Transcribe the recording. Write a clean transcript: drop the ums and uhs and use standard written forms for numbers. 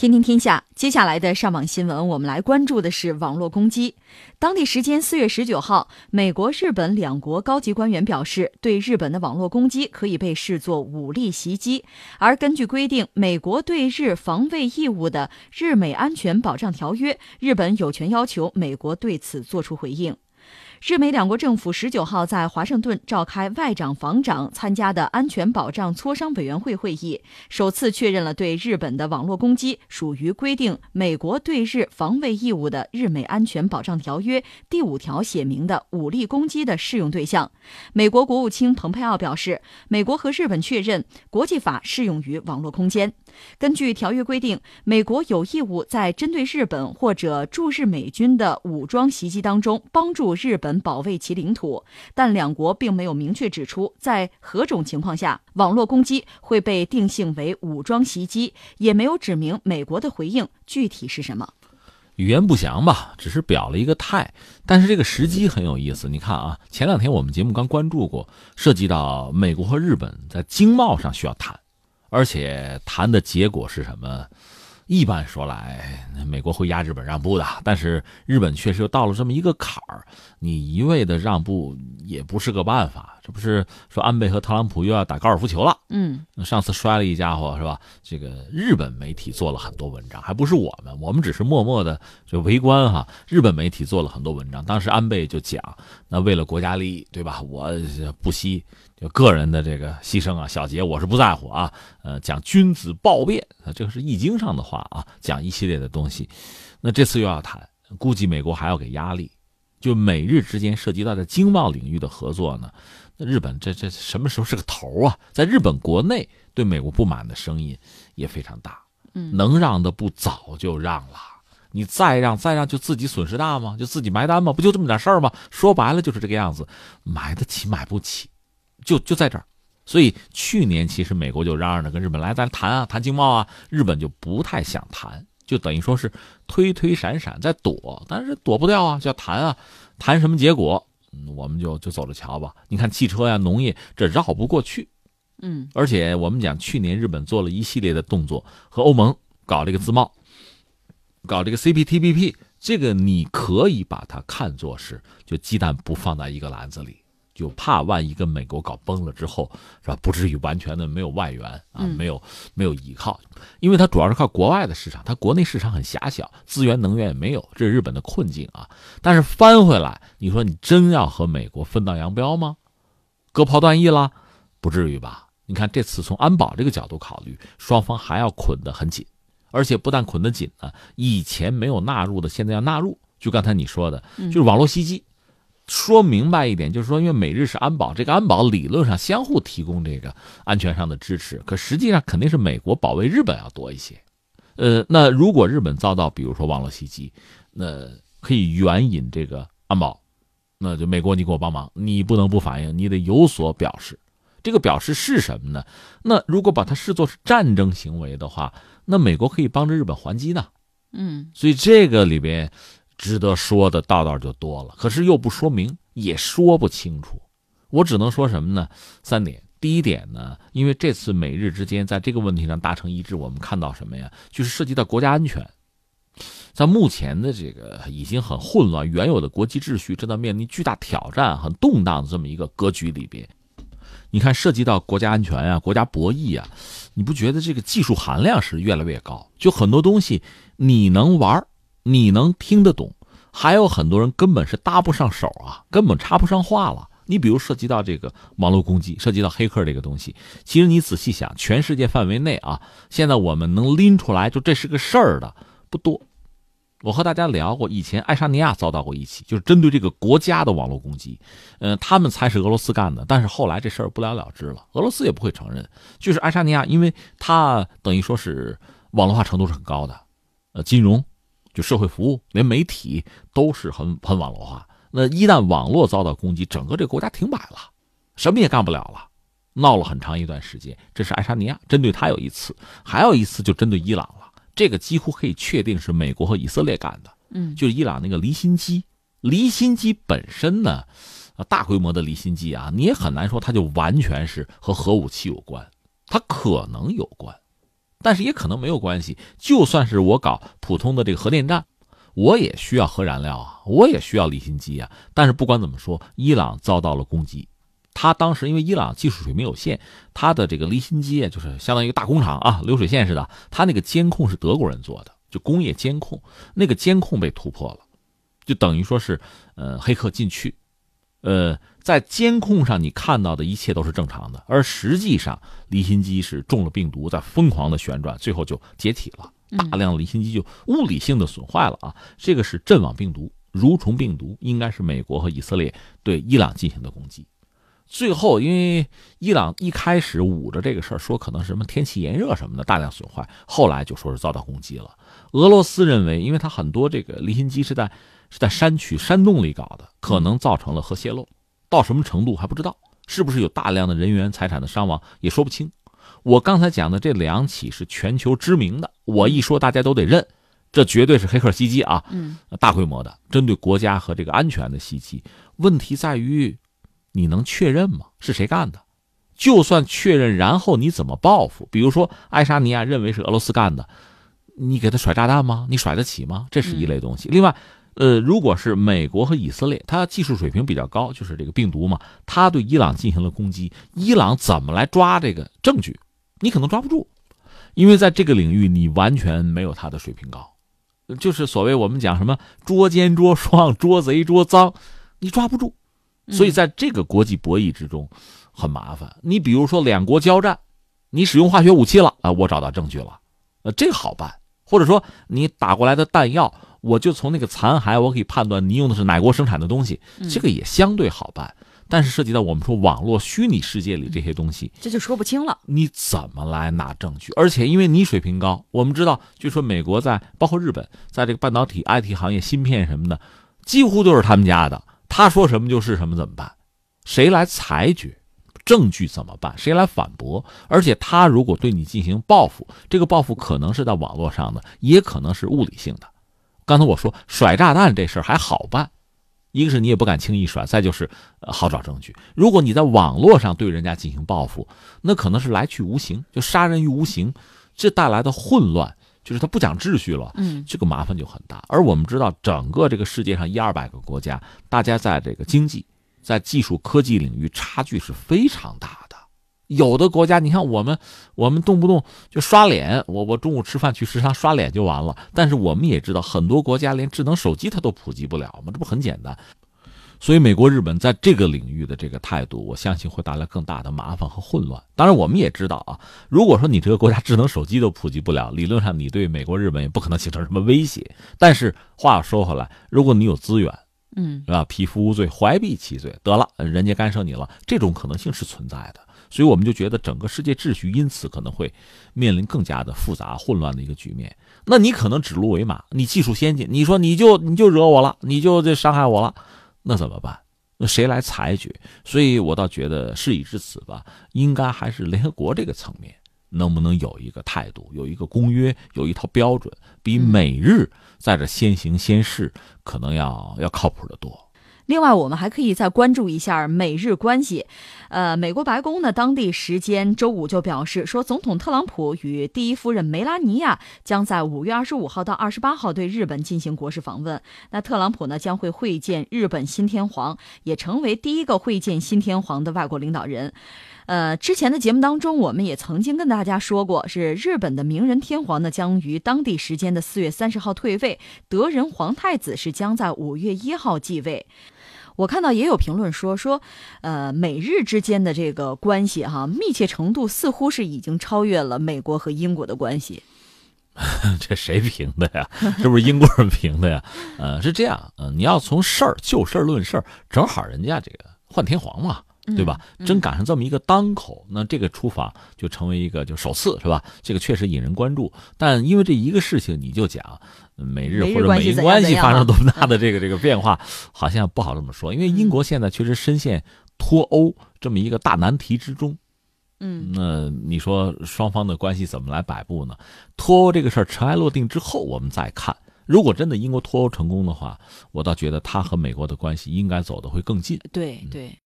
天天天下，接下来的上网新闻，我们来关注的是网络攻击。当地时间4月19号，美国、日本两国高级官员表示，对日本的网络攻击可以被视作武力袭击。而根据规定，美国对日防卫义务的日美安全保障条约，日本有权要求美国对此作出回应。日美两国政府19号在华盛顿召开外长、防长参加的安全保障磋商委员会会议，首次确认了对日本的网络攻击属于规定美国对日防卫义务的日美安全保障条约第5条写明的武力攻击的适用对象。美国国务卿蓬佩奥表示，美国和日本确认国际法适用于网络空间。根据条约规定，美国有义务在针对日本或者驻日美军的武装袭击当中帮助日本保卫其领土，但两国并没有明确指出在何种情况下网络攻击会被定性为武装袭击，也没有指明美国的回应具体是什么。 语言不详吧，只是表了一个态，但是这个时机很有意思。你看啊，前2天我们节目刚关注过，涉及到美国和日本在经贸上需要谈，而且谈的结果是什么？一般说来，美国会压日本让步的，但是日本确实又到了这么一个坎儿，你一味的让步也不是个办法。这不是说安倍和特朗普又要打高尔夫球了？上次摔了一家伙是吧？这个日本媒体做了很多文章，还不是我们只是默默的就围观哈。日本媒体做了很多文章，当时安倍就讲，那为了国家利益，对吧？我不惜就个人的这个牺牲啊，小节我是不在乎啊。讲君子豹变，这个是易经上的话啊，讲一系列的东西。那这次又要谈，估计美国还要给压力。就美日之间涉及到的经贸领域的合作呢，那日本这什么时候是个头啊？在日本国内对美国不满的声音也非常大。能让的不早就让了，你再让就自己损失大吗？就自己埋单吗？不就这么点事儿吗？说白了就是这个样子，买得起买不起，就在这儿。所以去年其实美国就嚷嚷着跟日本来咱谈经贸啊，日本就不太想谈，就等于说是推闪在躲，但是躲不掉啊，就要谈啊，谈什么结果，我们就走着瞧吧。你看汽车呀、农业这绕不过去。而且我们讲去年日本做了一系列的动作，和欧盟搞这个自贸，搞这个 CPTPP， 这个你可以把它看作是就鸡蛋不放在一个篮子里。就怕万一跟美国搞崩了之后，是吧？不至于完全的没有外援啊，没有依靠，因为它主要是靠国外的市场，它国内市场很狭小，资源能源也没有，这是日本的困境啊。但是翻回来，你说你真要和美国分道扬镳吗？割袍断义了？不至于吧？你看这次从安保这个角度考虑，双方还要捆得很紧，而且不但捆得紧呢，以前没有纳入的现在要纳入。就刚才你说的，就是网络袭击。说明白一点，就是说，因为美日是安保，这个安保理论上相互提供这个安全上的支持，可实际上肯定是美国保卫日本要多一些。那如果日本遭到比如说网络袭击，那可以援引这个安保，那就美国你给我帮忙，你不能不反应，你得有所表示。这个表示是什么呢？那如果把它视作是战争行为的话，那美国可以帮着日本还击呢。所以这个里边值得说的道就多了，可是又不说明，也说不清楚。我只能说什么呢？3点。第一点呢，因为这次美日之间在这个问题上达成一致，我们看到什么呀？就是涉及到国家安全。在目前的这个已经很混乱，原有的国际秩序正在面临巨大挑战、很动荡的这么一个格局里边，你看涉及到国家安全啊、国家博弈啊，你不觉得这个技术含量是越来越高？就很多东西你能玩，你能听得懂，还有很多人根本是搭不上手啊，根本插不上话了。你比如涉及到这个网络攻击，涉及到黑客这个东西，其实你仔细想，全世界范围内啊，现在我们能拎出来就这是个事儿的不多。我和大家聊过，以前爱沙尼亚遭到过一起，就是针对这个国家的网络攻击，他们猜是俄罗斯干的，但是后来这事儿不了了之了，俄罗斯也不会承认。就是爱沙尼亚，因为它等于说是网络化程度是很高的，金融就社会服务连媒体都是很网络化。那一旦网络遭到攻击，整个这个国家停摆了，什么也干不了了，闹了很长一段时间。这是爱沙尼亚，针对他有一次，还有一次就针对伊朗了。这个几乎可以确定是美国和以色列干的，就是伊朗那个离心机。离心机本身呢，大规模的离心机啊，你也很难说它就完全是和核武器有关，它可能有关， 但是也可能没有关系。就算是我搞普通的这个核电站，我也需要核燃料啊，我也需要离心机啊。但是不管怎么说，伊朗遭到了攻击。他当时因为伊朗技术水平有限，他的这个离心机就是相当于一个大工厂啊，流水线似的，他那个监控是德国人做的，就工业监控，那个监控被突破了，就等于说是黑客进去，在监控上你看到的一切都是正常的，而实际上离心机是中了病毒，在疯狂的旋转，最后就解体了，大量离心机就物理性的损坏了啊。这个是阵亡病毒、蠕虫病毒，应该是美国和以色列对伊朗进行的攻击。最后，因为伊朗一开始捂着这个事儿，说可能什么天气炎热什么的大量损坏，后来就说是遭到攻击了。俄罗斯认为，因为它很多这个离心机是在山区、山洞里搞的，可能造成了核泄漏，到什么程度还不知道，是不是有大量的人员财产的伤亡也说不清。我刚才讲的这2起是全球知名的，我一说大家都得认，这绝对是黑客袭击啊，大规模的针对国家和这个安全的袭击。问题在于，你能确认吗？是谁干的？就算确认，然后你怎么报复？比如说爱沙尼亚认为是俄罗斯干的，你给他甩炸弹吗？你甩得起吗？这是一类东西。另外，如果是美国和以色列，它技术水平比较高，就是这个病毒嘛，它对伊朗进行了攻击，伊朗怎么来抓这个证据？你可能抓不住，因为在这个领域你完全没有它的水平高，就是所谓我们讲什么捉奸捉双、捉贼捉赃，你抓不住。所以在这个国际博弈之中很麻烦。你比如说两国交战，你使用化学武器了啊，我找到证据了，这个好办。或者说你打过来的弹药，我就从那个残骸我可以判断你用的是哪国生产的东西，这个也相对好办。但是涉及到我们说网络虚拟世界里这些东西， 这就说不清了。 你怎么来拿证据？而且因为你水平高，我们知道，据说美国包括日本，在这个半导体 IT 行业、芯片什么的，几乎都是他们家的。他说什么就是什么，怎么办？谁来裁决？证据怎么办？谁来反驳？而且他如果对你进行报复，这个报复可能是在网络上的，也可能是物理性的。刚才我说甩炸弹这事儿还好办，一个是你也不敢轻易甩，再就是好找证据。如果你在网络上对人家进行报复，那可能是来去无形，就杀人于无形，这带来的混乱就是他不讲秩序了，这个麻烦就很大。而我们知道，整个这个世界上100-200个国家，大家在这个经济、在技术科技领域差距是非常大的。有的国家，你看我们动不动就刷脸，我中午吃饭去食堂刷脸就完了。但是我们也知道，很多国家连智能手机它都普及不了嘛，这不很简单。所以美国、日本在这个领域的这个态度，我相信会带来更大的麻烦和混乱。当然我们也知道啊，如果说你这个国家智能手机都普及不了，理论上你对美国、日本也不可能形成什么威胁。但是话说回来，如果你有资源，是吧？匹夫无罪，怀璧其罪，得了，人家干涉你了，这种可能性是存在的。所以我们就觉得整个世界秩序因此可能会面临更加的复杂混乱的一个局面。那你可能指鹿为马，你技术先进，你说你就惹我了，你就这伤害我了，那怎么办？那谁来裁决？所以我倒觉得事已至此吧，应该还是联合国这个层面能不能有一个态度，有一个公约，有一套标准，比美日在这先行先试可能要靠谱得多。 另外，我们还可以再关注一下美日关系。美国白宫呢，当地时间周五就表示说，总统特朗普与第一夫人梅拉尼亚将在5月25号到28号对日本进行国事访问。那特朗普呢，将会会见日本新天皇，也成为第一个会见新天皇的外国领导人。之前的节目当中，我们也曾经跟大家说过，是日本的明仁天皇呢，将于当地时间的4月30号退位，德仁皇太子是将在5月1号继位。我看到也有评论说，美日之间的这个关系密切程度似乎是已经超越了美国和英国的关系。 这谁评的呀？是不是英国人评的呀？是这样，你要从就事论事，正好人家这个换天皇嘛，对吧？真赶上这么一个当口，那这个出访就成为一个就首次，是吧？这个确实引人关注。但因为这一个事情，你就讲美日或者美英关系发生多么大的这个变化，好像不好这么说。因为英国现在确实深陷脱欧这么一个大难题之中。那你说双方的关系怎么来摆布呢？脱欧这个事儿尘埃落定之后，我们再看。如果真的英国脱欧成功的话，我倒觉得他和美国的关系应该走得会更近。 对对。